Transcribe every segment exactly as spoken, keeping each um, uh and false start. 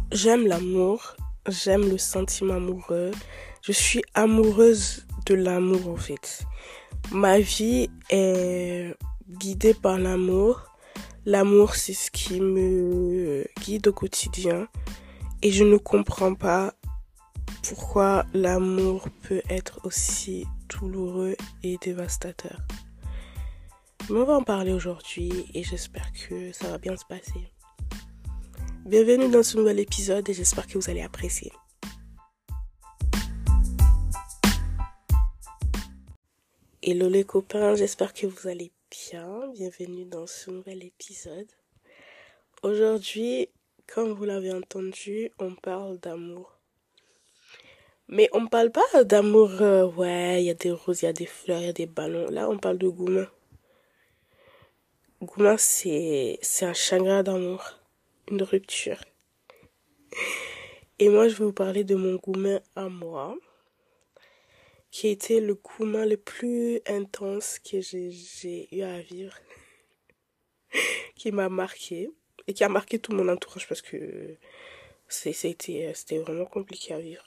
J'aime l'amour, j'aime le sentiment amoureux. Je suis amoureuse de l'amour en fait. Ma vie est guidée par l'amour. L'amour, c'est ce qui me guide au quotidien. Et je ne comprends pas pourquoi l'amour peut être aussi douloureux et dévastateur. Mais on va en parler aujourd'hui et j'espère que ça va bien se passer. Bienvenue dans ce nouvel épisode et j'espère que vous allez apprécier. Hello les copains, j'espère que vous allez bien. Bienvenue dans ce nouvel épisode. Aujourd'hui, comme vous l'avez entendu, on parle d'amour. Mais on ne parle pas d'amour, euh, ouais, il y a des roses, il y a des fleurs, il y a des ballons. Là, on parle de Gouma. Gouma, c'est, c'est un chagrin d'amour, une rupture. Et moi, je vais vous parler de mon Gouma à moi, qui a été le Gouma le plus intense que j'ai, j'ai eu à vivre, qui m'a marqué, et qui a marqué tout mon entourage parce que c'est, c'était, c'était vraiment compliqué à vivre.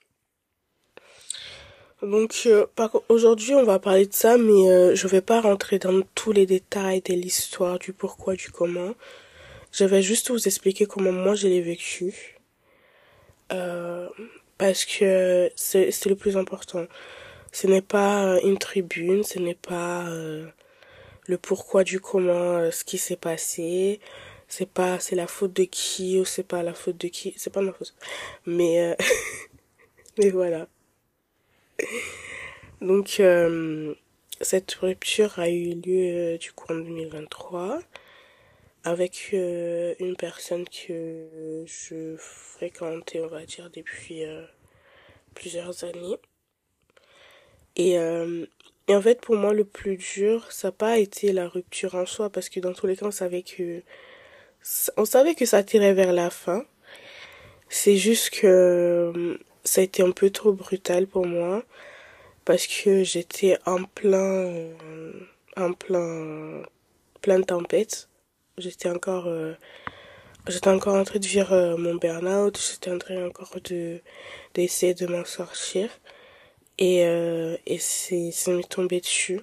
Donc, euh, par contre, aujourd'hui, on va parler de ça, mais euh, je vais pas rentrer dans tous les détails de l'histoire, du pourquoi, du comment. Je vais juste vous expliquer comment moi je l'ai vécu. Euh, parce que c'est, c'est le plus important. Ce n'est pas une tribune, ce n'est pas euh, le pourquoi du comment, euh, ce qui s'est passé. C'est pas, c'est la faute de qui ou c'est pas la faute de qui. C'est pas ma faute. Mais, euh, mais voilà. Donc, euh, cette rupture a eu lieu euh, du coup en deux mille vingt-trois avec euh, une personne que je fréquentais, on va dire, depuis euh, plusieurs années. Et, euh, et en fait, pour moi, le plus dur, ça n'a pas été la rupture en soi, parce que dans tous les cas, on savait que, on savait que ça tirait vers la fin. C'est juste que euh, ça a été un peu trop brutal pour moi, parce que j'étais en plein, euh, en plein, plein de tempêtes. J'étais encore, euh, j'étais encore en train de vivre euh, mon burn-out, j'étais en train encore de, d'essayer de m'en sortir. Et, euh, et c'est, ça m'est tombé dessus.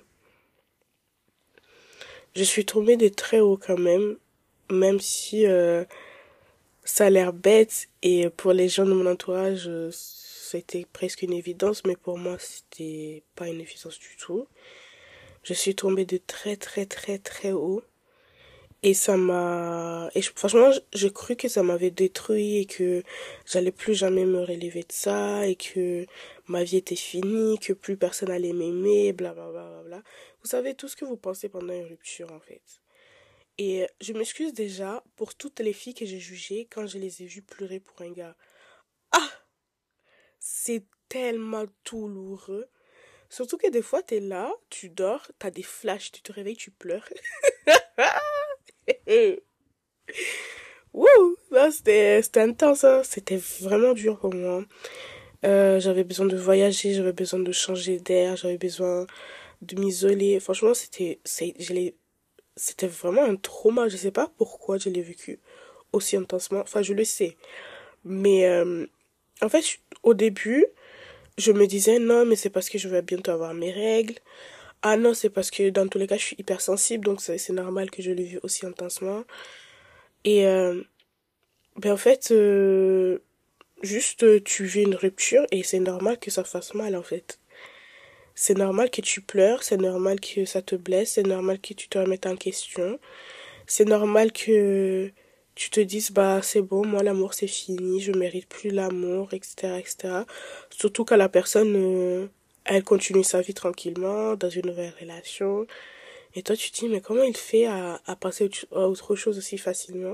Je suis tombée de très haut quand même, même si euh, ça a l'air bête et pour les gens de mon entourage, euh, c'était presque une évidence, mais pour moi, c'était pas une évidence du tout. Je suis tombée de très très très très haut et ça m'a... Et je- franchement, j'ai cru que ça m'avait détruit et que j'allais plus jamais me relever de ça et que ma vie était finie, que plus personne allait m'aimer, bla bla bla bla bla. Vous savez tout ce que vous pensez pendant une rupture en fait. Et je m'excuse déjà pour toutes les filles que j'ai jugées quand je les ai vues pleurer pour un gars. Ah, c'est tellement douloureux. Surtout que des fois, t'es là, tu dors, t'as des flashs, tu te réveilles, tu pleures. Wouh, là, c'était, c'était intense, hein. C'était vraiment dur pour moi. Euh, j'avais besoin de voyager, j'avais besoin de changer d'air, j'avais besoin de m'isoler. Franchement, c'était, c'est, je l'ai, c'était vraiment un trauma. Je sais pas pourquoi je l'ai vécu aussi intensement. Enfin, je le sais. Mais euh, en fait, je- au début, je me disais non, mais c'est parce que je vais bientôt avoir mes règles. Ah non, c'est parce que dans tous les cas, je suis hypersensible, donc c'est c'est normal que je le vive aussi intensement. Et euh, ben en fait, euh, juste euh, tu vis une rupture et c'est normal que ça fasse mal en fait. C'est normal que tu pleures, c'est normal que ça te blesse, c'est normal que tu te remettes en question. C'est normal que tu te dises, bah, c'est bon, moi, l'amour, c'est fini, je mérite plus l'amour, et cetera, et cetera. Surtout quand la personne, euh, elle continue sa vie tranquillement, dans une nouvelle relation. Et toi, tu te dis, mais comment il fait à, à passer à autre chose aussi facilement?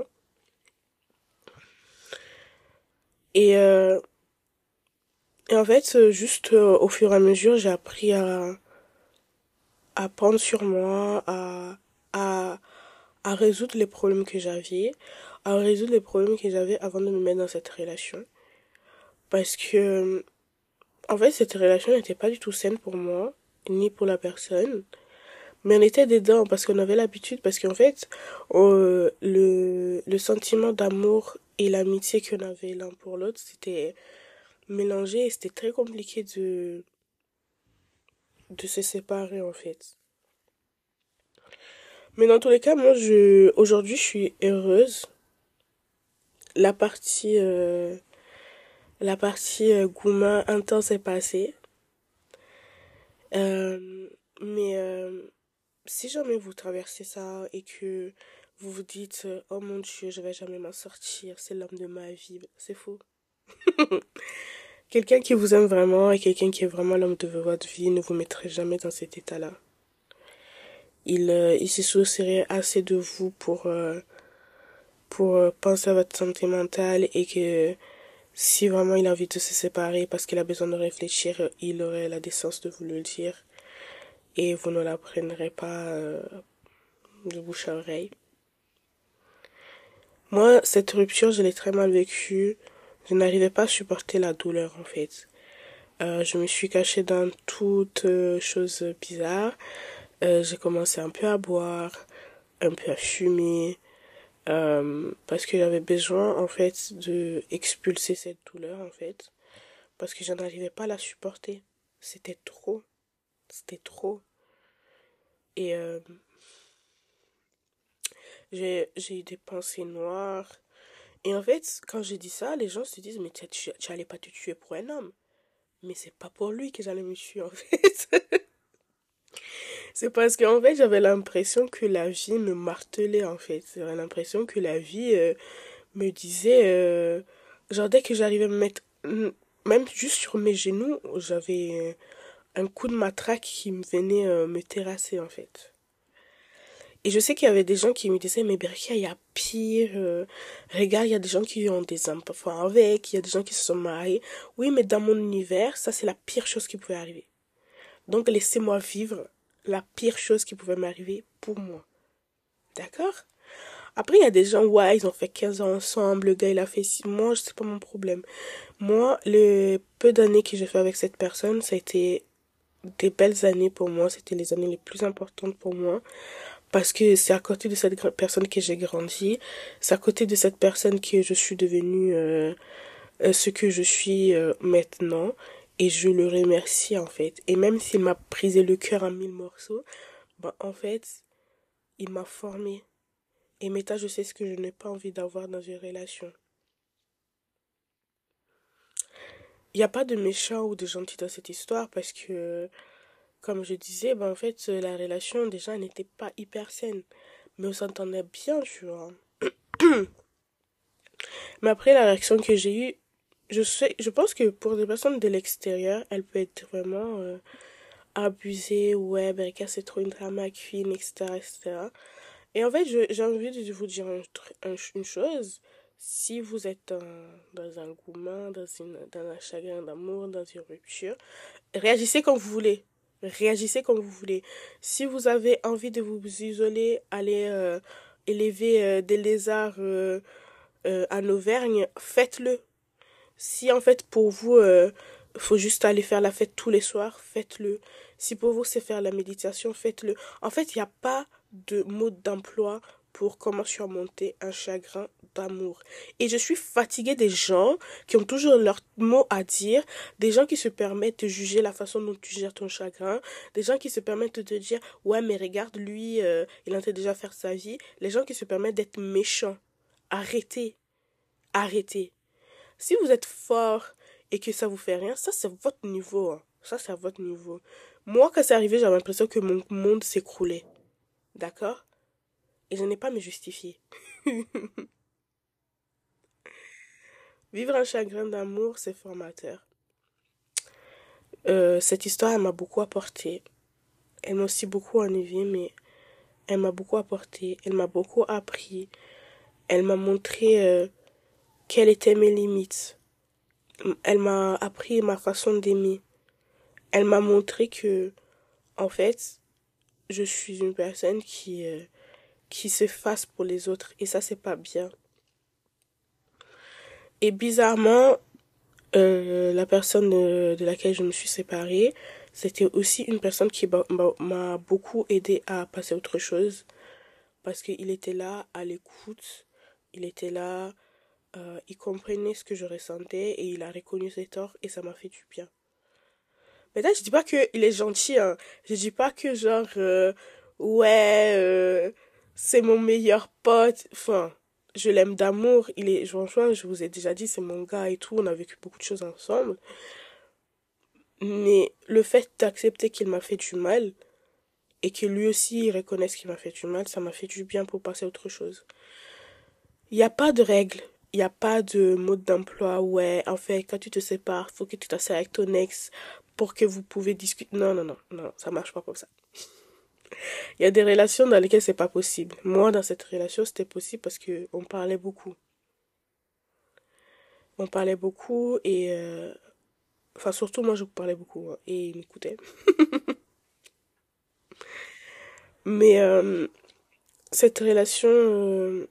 Et, euh, et en fait, euh, juste euh, au fur et à mesure, j'ai appris à, à prendre sur moi, à, à, à résoudre les problèmes que j'avais, à résoudre les problèmes que j'avais avant de me mettre dans cette relation. Parce que, en fait, cette relation n'était pas du tout saine pour moi, ni pour la personne. Mais on était dedans parce qu'on avait l'habitude, parce qu'en fait, euh, le, le sentiment d'amour et l'amitié qu'on avait l'un pour l'autre, c'était mélangé et c'était très compliqué de, de se séparer en fait. Mais dans tous les cas, moi, je, aujourd'hui, je suis heureuse. La partie, euh, la partie euh, Gouma intense est passée. Euh, mais euh, si jamais vous traversez ça et que vous vous dites, euh, oh mon Dieu, je vais jamais m'en sortir, c'est l'homme de ma vie, c'est faux. Quelqu'un qui vous aime vraiment et quelqu'un qui est vraiment l'homme de votre vie ne vous mettrait jamais dans cet état-là. Il, euh, il se soucierait assez de vous pour, euh, pour euh, penser à votre santé mentale et que si vraiment il a envie de se séparer parce qu'il a besoin de réfléchir, il aurait la décence de vous le dire et vous ne l'apprendrez pas euh, de bouche à oreille. Moi, cette rupture, je l'ai très mal vécue. Je n'arrivais pas à supporter la douleur en fait. Euh, je me suis cachée dans toutes euh, choses bizarres. Euh, j'ai commencé un peu à boire, un peu à fumer, euh, parce que j'avais besoin en fait de expulser cette douleur en fait, parce que je n'arrivais pas à la supporter. C'était trop, c'était trop. Et euh, j'ai j'ai eu des pensées noires. Et en fait, quand j'ai dit ça, les gens se disent mais tu, tu, tu allais pas te tuer pour un homme. Mais c'est pas pour lui que j'allais me tuer en fait. C'est parce qu'en fait, j'avais l'impression que la vie me martelait, en fait. J'avais l'impression que la vie euh, me disait... euh, genre, dès que j'arrivais à me mettre... mm, même juste sur mes genoux, j'avais euh, un coup de matraque qui me venait euh, me terrasser, en fait. Et je sais qu'il y avait des gens qui me disaient, mais Berkia, il y a pire. euh, regarde, il y a des gens qui ont des enfants avec, il y a des gens qui se sont mariés. Oui, mais dans mon univers, ça, c'est la pire chose qui pouvait arriver. Donc, laissez-moi vivre la pire chose qui pouvait m'arriver pour moi. D'accord? Après, il y a des gens, ouais, ils ont fait quinze ans ensemble, le gars, il a fait six mois, c'est pas mon problème. Moi, le peu d'années que j'ai fait avec cette personne, ça a été des belles années pour moi, c'était les années les plus importantes pour moi, parce que c'est à côté de cette gra- personne que j'ai grandi, c'est à côté de cette personne que je suis devenue euh, euh, ce que je suis euh, maintenant, et je le remercie en fait. Et même s'il m'a brisé le cœur en mille morceaux, bah, en fait, il m'a formé. Et maintenant, je sais ce que je n'ai pas envie d'avoir dans une relation. Il n'y a pas de méchant ou de gentil dans cette histoire parce que, comme je disais, ben en fait, la relation déjà n'était pas hyper saine. Mais on s'entendait bien, tu vois. Mais après, la réaction que j'ai eue, je sais, je pense que pour des personnes de l'extérieur, elle peut être vraiment euh, abusée. Ouais, Bereka, c'est trop une drama queen, et cetera, et cetera. Et en fait, je- j'ai envie de vous dire un tr- un une chose. Si vous êtes dans, dans un gourmand, dans, une, dans un chagrin d'amour, dans une rupture, réagissez comme vous voulez. Réagissez comme vous voulez. Si vous avez envie de vous isoler, aller euh, élever euh, des lézards euh, euh, en Auvergne, faites-le. Si en fait pour vous, euh, faut juste aller faire la fête tous les soirs, faites-le. Si pour vous c'est faire la méditation, faites-le. En fait, il n'y a pas de mode d'emploi pour comment surmonter un chagrin d'amour. Et je suis fatiguée des gens qui ont toujours leur mot à dire, des gens qui se permettent de juger la façon dont tu gères ton chagrin, des gens qui se permettent de te dire, ouais, mais regarde, lui, euh, il est en train de déjà faire sa vie, les gens qui se permettent d'être méchants. Arrêtez, arrêtez. Si vous êtes fort et que ça vous fait rien, ça c'est votre niveau, hein. Ça c'est à votre niveau. Moi, quand c'est arrivé, j'avais l'impression que mon monde s'écroulait. D'accord? Et je n'ai pas à me justifier. Vivre un chagrin d'amour, c'est formateur. Euh, cette histoire, elle m'a beaucoup apporté. Elle m'a aussi beaucoup ennuyé, mais elle m'a beaucoup apporté. Elle m'a beaucoup appris. Elle m'a montré euh, quelles étaient mes limites. Elle m'a appris ma façon d'aimer. Elle m'a montré que, en fait, je suis une personne qui, euh, qui s'efface pour les autres et ça, c'est pas bien. Et bizarrement, euh, la personne de, de laquelle je me suis séparée, c'était aussi une personne qui m'a m'a beaucoup aidé à passer à autre chose parce qu'il était là à l'écoute, il était là Euh, il comprenait ce que je ressentais et il a reconnu ses torts et ça m'a fait du bien. Maintenant, je dis pas qu'il est gentil, hein. Je dis pas que genre, euh, ouais, euh, c'est mon meilleur pote. Enfin, je l'aime d'amour. Il est, franchement, je vous ai déjà dit, c'est mon gars et tout. On a vécu beaucoup de choses ensemble. Mais le fait d'accepter qu'il m'a fait du mal et que lui aussi il reconnaisse qu'il m'a fait du mal, ça m'a fait du bien pour passer à autre chose. Il n'y a pas de règle. Il n'y a pas de mode d'emploi. Ouais, en fait, quand tu te sépares, faut que tu t'asseyes avec ton ex pour que vous pouvez discuter. Non, non, non, non, ça marche pas comme ça. Il y a des relations dans lesquelles c'est pas possible. Moi, dans cette relation, c'était possible parce que on parlait beaucoup. On parlait beaucoup et... euh, enfin, surtout, moi, je parlais beaucoup, hein, et il m'écoutait. Mais euh, cette relation, euh,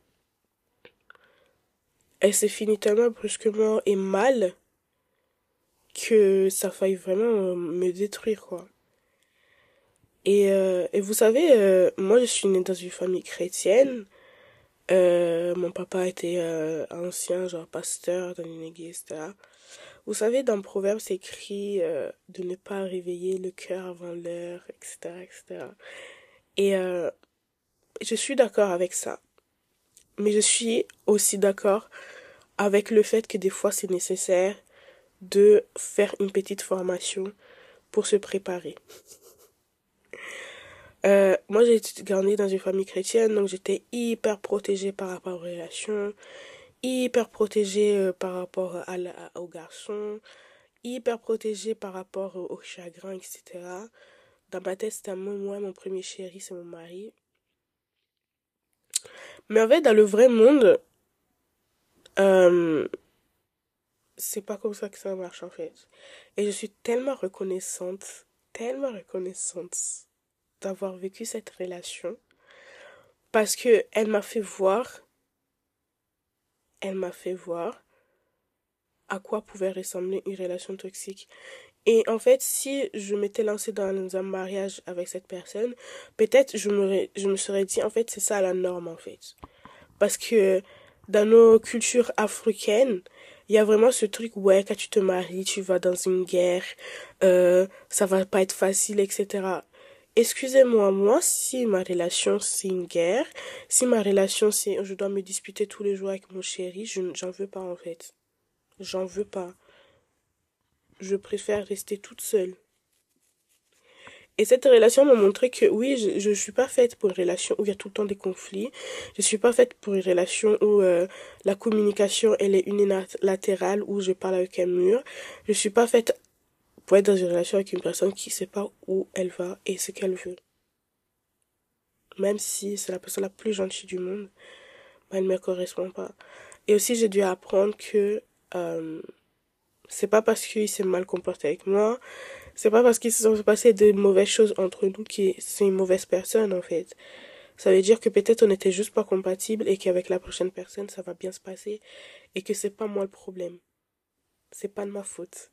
elle s'est finie tellement brusquement et mal que ça a failli vraiment euh, me détruire, quoi. Et, euh, et vous savez, euh, moi, je suis née dans une famille chrétienne. Euh, mon papa était euh, ancien, genre pasteur dans une église, et cetera. Vous savez, dans le proverbe, c'est écrit euh, de ne pas réveiller le cœur avant l'heure, et cetera, et cetera. Et euh, je suis d'accord avec ça. Mais je suis aussi d'accord avec le fait que des fois, c'est nécessaire de faire une petite formation pour se préparer. Euh, moi, j'ai grandi dans une famille chrétienne, donc j'étais hyper protégée par rapport aux relations, hyper protégée euh, par rapport à la- aux garçons, hyper protégée par rapport au, au chagrin, et cetera. Dans ma tête, c'était moi, moi, mon premier chéri, c'est mon mari. Mais en fait, dans le vrai monde, euh, c'est pas comme ça que ça marche, en fait. Et je suis tellement reconnaissante, tellement reconnaissante d'avoir vécu cette relation, parce que elle m'a fait voir, elle m'a fait voir à quoi pouvait ressembler une relation toxique. Et en fait, si je m'étais lancée dans un mariage avec cette personne, peut-être je me, je me serais dit, en fait, c'est ça la norme, en fait. Parce que dans nos cultures africaines, il y a vraiment ce truc, ouais, quand tu te maries, tu vas dans une guerre, euh, ça va pas être facile, et cetera. Excusez-moi, moi, si ma relation c'est une guerre, si ma relation c'est je dois me disputer tous les jours avec mon chéri, je j'en veux pas en fait. J'en veux pas. Je préfère rester toute seule. Et cette relation m'a montré que oui, je, je suis pas faite pour une relation où il y a tout le temps des conflits. Je suis pas faite pour une relation où euh, la communication elle est unilatérale, où je parle avec un mur. Je suis pas faite pour être dans une relation avec une personne qui sait pas où elle va et ce qu'elle veut. Même si c'est la personne la plus gentille du monde, bah, elle ne me correspond pas. Et aussi j'ai dû apprendre que euh, c'est pas parce qu'il s'est mal comporté avec moi, c'est pas parce qu'il se sont passé de mauvaises choses entre nous que c'est une mauvaise personne en fait. Ça veut dire que peut-être on n'était juste pas compatibles et qu'avec la prochaine personne ça va bien se passer et que c'est pas moi le problème. C'est pas de ma faute.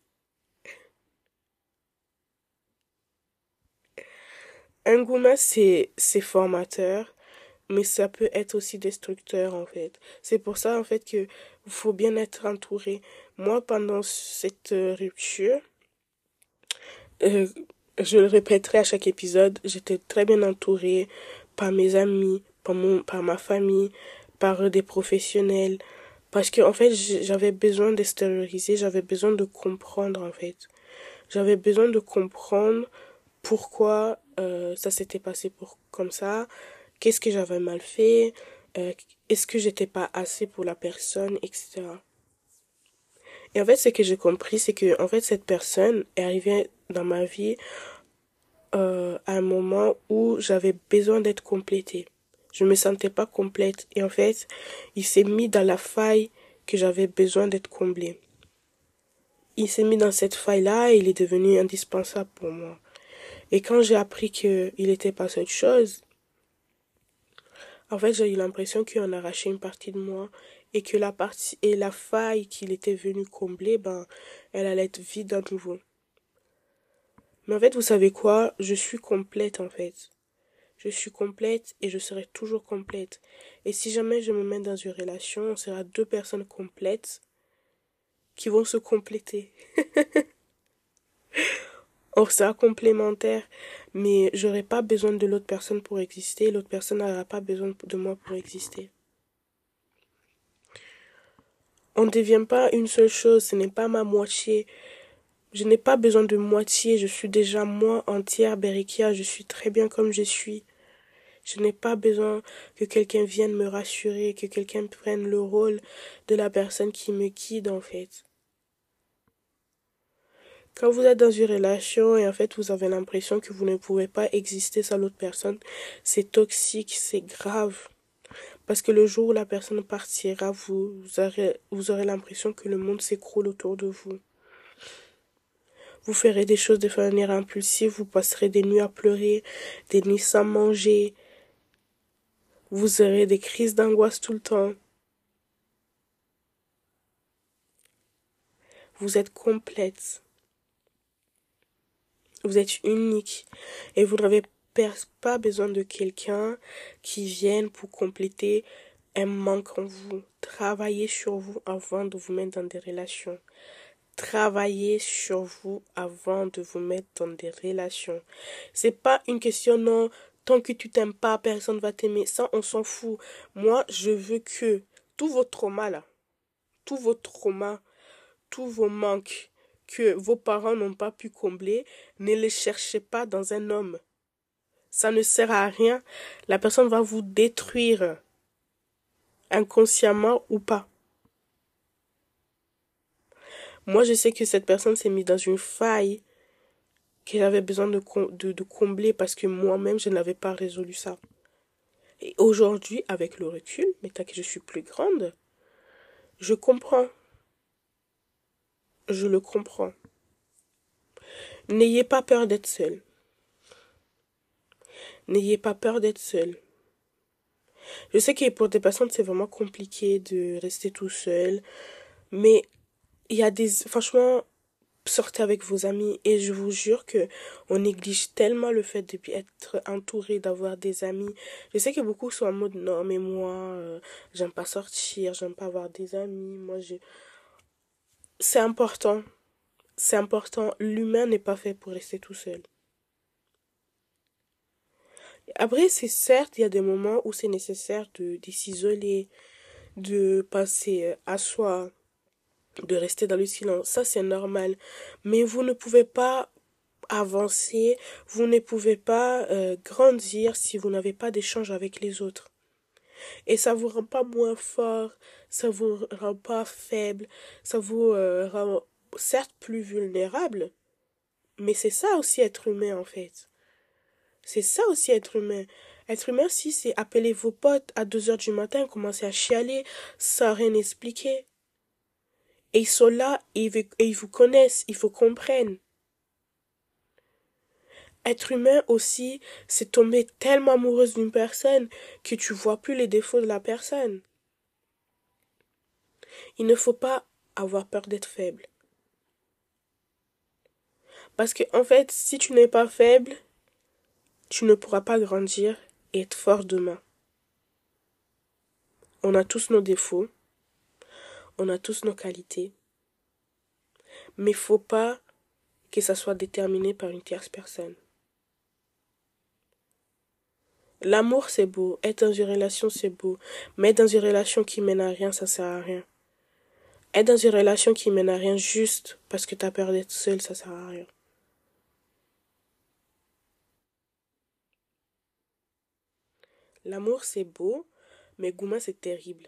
Un gourmet c'est c'est formateur, mais ça peut être aussi destructeur en fait. C'est pour ça en fait que faut bien être entouré. Moi pendant cette euh, rupture, euh, je le répéterai à chaque épisode, j'étais très bien entourée par mes amis, par mon, par ma famille, par euh, des professionnels. Parce que, en fait, j- j'avais besoin d'extérioriser, j'avais besoin de comprendre, en fait. J'avais besoin de comprendre pourquoi euh, ça s'était passé pour, comme ça, qu'est-ce que j'avais mal fait, euh, est-ce que j'étais pas assez pour la personne, et cetera. Et en fait, ce que j'ai compris, c'est que, en fait, cette personne est arrivée dans ma vie euh, à un moment où j'avais besoin d'être complétée. Je me sentais pas complète. Et en fait, il s'est mis dans la faille que j'avais besoin d'être comblée. Il s'est mis dans cette faille-là et il est devenu indispensable pour moi. Et quand j'ai appris qu'il était pas cette chose, en fait, j'ai eu l'impression qu'on arrachait une partie de moi et que la partie et la faille qu'il était venu combler, ben, elle allait être vide à nouveau. Mais en fait, vous savez quoi? Je suis complète, en fait. Je suis complète et je serai toujours complète. Et si jamais je me mets dans une relation, on sera deux personnes complètes qui vont se compléter. On sera complémentaires, mais j'aurai pas besoin de l'autre personne pour exister, l'autre personne n'aura pas besoin de moi pour exister. On ne devient pas une seule chose, ce n'est pas ma moitié. Je n'ai pas besoin de moitié, je suis déjà moi entière, Berikia, je suis très bien comme je suis. Je n'ai pas besoin que quelqu'un vienne me rassurer, que quelqu'un prenne le rôle de la personne qui me guide en fait. Quand vous êtes dans une relation et en fait vous avez l'impression que vous ne pouvez pas exister sans l'autre personne, c'est toxique, c'est grave. Parce que le jour où la personne partira, vous aurez, vous aurez l'impression que le monde s'écroule autour de vous. Vous ferez des choses de manière impulsive, vous passerez des nuits à pleurer, des nuits sans manger. Vous aurez des crises d'angoisse tout le temps. Vous êtes complète. Vous êtes unique. Et vous n'avez pas besoin de quelqu'un qui vienne pour compléter un manque en vous. Travaillez sur vous avant de vous mettre dans des relations. Travaillez sur vous avant de vous mettre dans des relations. C'est pas une question, non, tant que tu t'aimes pas, personne va t'aimer. Ça, on s'en fout. Moi, je veux que tous vos traumas là, tous vos traumas, tous vos manques que vos parents n'ont pas pu combler, ne les cherchez pas dans un homme. Ça ne sert à rien. La personne va vous détruire, inconsciemment ou pas. Moi, je sais que cette personne s'est mise dans une faille que j'avais besoin de, de, de combler parce que moi-même, je n'avais pas résolu ça. Et aujourd'hui, avec le recul, mais tant que je suis plus grande, je comprends. Je le comprends. N'ayez pas peur d'être seul. N'ayez pas peur d'être seul. Je sais que pour des personnes, c'est vraiment compliqué de rester tout seul. Mais il y a des... Franchement, sortez avec vos amis. Et je vous jure que on néglige tellement le fait d'être entouré, d'avoir des amis. Je sais que beaucoup sont en mode, non, mais moi, euh, j'aime pas sortir, j'aime pas avoir des amis. Moi, je... C'est important. C'est important. L'humain n'est pas fait pour rester tout seul. Après, c'est certes, il y a des moments où c'est nécessaire de, de s'isoler, de passer à soi, de rester dans le silence. Ça, c'est normal. Mais vous ne pouvez pas avancer, vous ne pouvez pas euh, grandir si vous n'avez pas d'échange avec les autres. Et ça vous rend pas moins fort, ça vous rend pas faible, ça vous euh, rend certes plus vulnérable, mais c'est ça aussi être humain en fait. C'est ça aussi être humain. Être humain, si c'est appeler vos potes à deux heures du matin, commencer à chialer, sans rien expliquer. Et ils sont là, et ils vous connaissent, ils vous comprennent. Être humain aussi, c'est tomber tellement amoureuse d'une personne que tu vois plus les défauts de la personne. Il ne faut pas avoir peur d'être faible. Parce que, en fait, si tu n'es pas faible, tu ne pourras pas grandir et être fort demain. On a tous nos défauts, on a tous nos qualités, mais il ne faut pas que ça soit déterminé par une tierce personne. L'amour, c'est beau, être dans une relation, c'est beau, mais être dans une relation qui mène à rien, ça sert à rien. Être dans une relation qui mène à rien juste parce que tu as peur d'être seul, ça sert à rien. L'amour, c'est beau, mais Gouma, c'est terrible.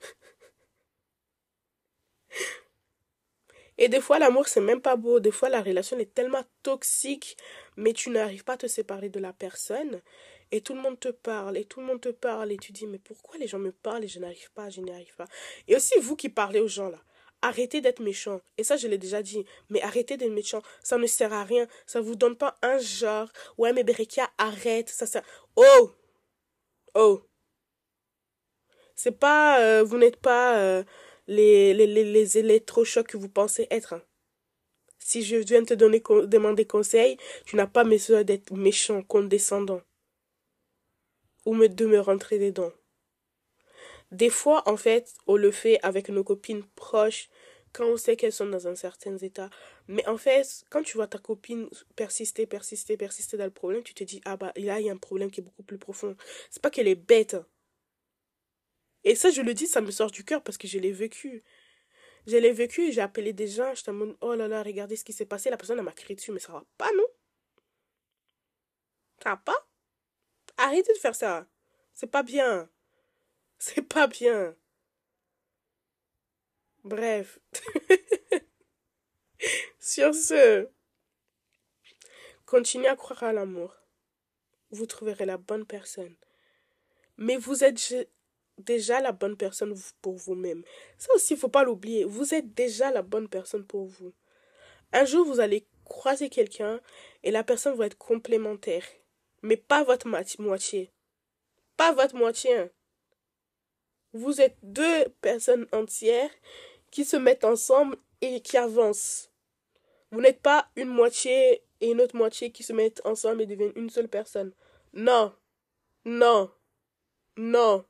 Et des fois, l'amour, c'est même pas beau. Des fois, la relation est tellement toxique, mais tu n'arrives pas à te séparer de la personne. Et tout le monde te parle, et tout le monde te parle, et tu dis, mais pourquoi les gens me parlent et je n'arrive pas, je n'y arrive pas. Et aussi, vous qui parlez aux gens, là, arrêtez d'être méchant. Et ça, je l'ai déjà dit, mais arrêtez d'être méchant. Ça ne sert à rien. Ça vous donne pas un genre. Ouais, mais Berekia, arrête. Ça sert... Oh! Oh! C'est pas... euh, vous n'êtes pas... euh, les, les, les, les électrochocs que vous pensez être. Hein. Si je viens te donner, demander conseil, tu n'as pas besoin d'être méchant, condescendant. ou me, de me rentrer dedans. Des fois, en fait, on le fait avec nos copines proches quand on sait qu'elles sont dans un certain état. Mais en fait, quand tu vois ta copine persister, persister, persister dans le problème, tu te dis, ah bah là, il y a un problème qui est beaucoup plus profond. C'est pas qu'elle est bête. Et ça, je le dis, ça me sort du cœur parce que je l'ai vécu. Je l'ai vécu, j'ai appelé des gens, je t'amène, oh là là, regardez ce qui s'est passé. La personne, elle m'a crié dessus, mais ça va pas, non? Ça va pas? Arrêtez de faire ça. C'est pas bien. C'est pas bien. Bref. Sur ce, continuez à croire à l'amour. Vous trouverez la bonne personne. Mais vous êtes déjà la bonne personne pour vous-même. Ça aussi, il ne faut pas l'oublier. Vous êtes déjà la bonne personne pour vous. Un jour, vous allez croiser quelqu'un et la personne va être complémentaire. Mais pas votre moitié. Pas votre moitié. Hein. Vous êtes deux personnes entières qui se mettent ensemble et qui avancent. Vous n'êtes pas une moitié et une autre moitié qui se mettent ensemble et deviennent une seule personne. Non. Non. Non.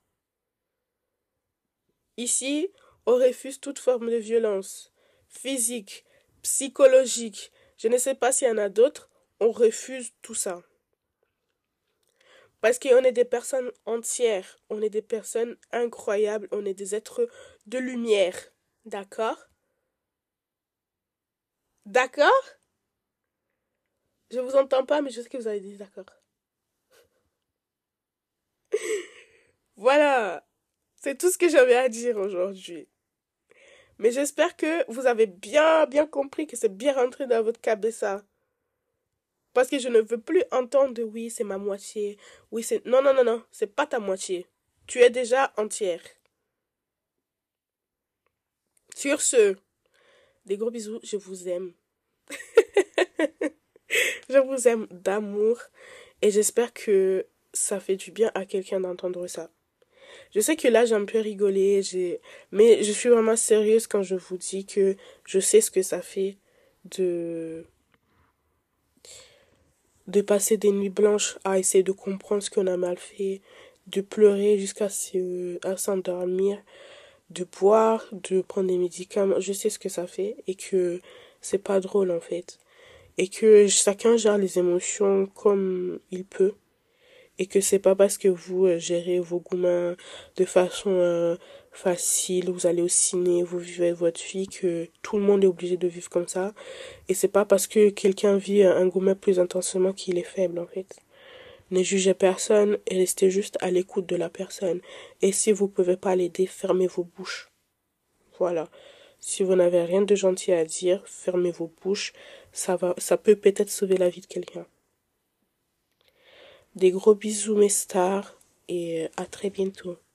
Ici, on refuse toute forme de violence. Physique, psychologique. Je ne sais pas s'il y en a d'autres. On refuse tout ça. Parce qu'on est des personnes entières. On est des personnes incroyables. On est des êtres de lumière. D'accord? D'accord? Je vous entends pas, mais je sais que vous avez dit d'accord. Voilà. C'est tout ce que j'avais à dire aujourd'hui. Mais j'espère que vous avez bien, bien compris que c'est bien rentré dans votre cabessa. Parce que je ne veux plus entendre de oui, c'est ma moitié. Oui, c'est... Non, non, non, non. C'est pas ta moitié. Tu es déjà entière. Sur ce, des gros bisous. Je vous aime. Je vous aime d'amour. Et j'espère que ça fait du bien à quelqu'un d'entendre ça. Je sais que là, j'ai un peu rigolé. J'ai... Mais je suis vraiment sérieuse quand je vous dis que je sais ce que ça fait de... de passer des nuits blanches à essayer de comprendre ce qu'on a mal fait, de pleurer jusqu'à se, à s'endormir, de boire, de prendre des médicaments. Je sais ce que ça fait et que c'est pas drôle en fait. Et que chacun gère les émotions comme il peut. Et que c'est pas parce que vous euh, gérez vos gourmands de façon euh, facile, vous allez au ciné, vous vivez votre vie, que tout le monde est obligé de vivre comme ça. Et c'est pas parce que quelqu'un vit un gourmet plus intensément qu'il est faible en fait. Ne jugez personne et restez juste à l'écoute de la personne. Et si vous pouvez pas l'aider, fermez vos bouches. Voilà. Si vous n'avez rien de gentil à dire, fermez vos bouches. Ça va, ça peut peut-être sauver la vie de quelqu'un. Des gros bisous mes stars et à très bientôt.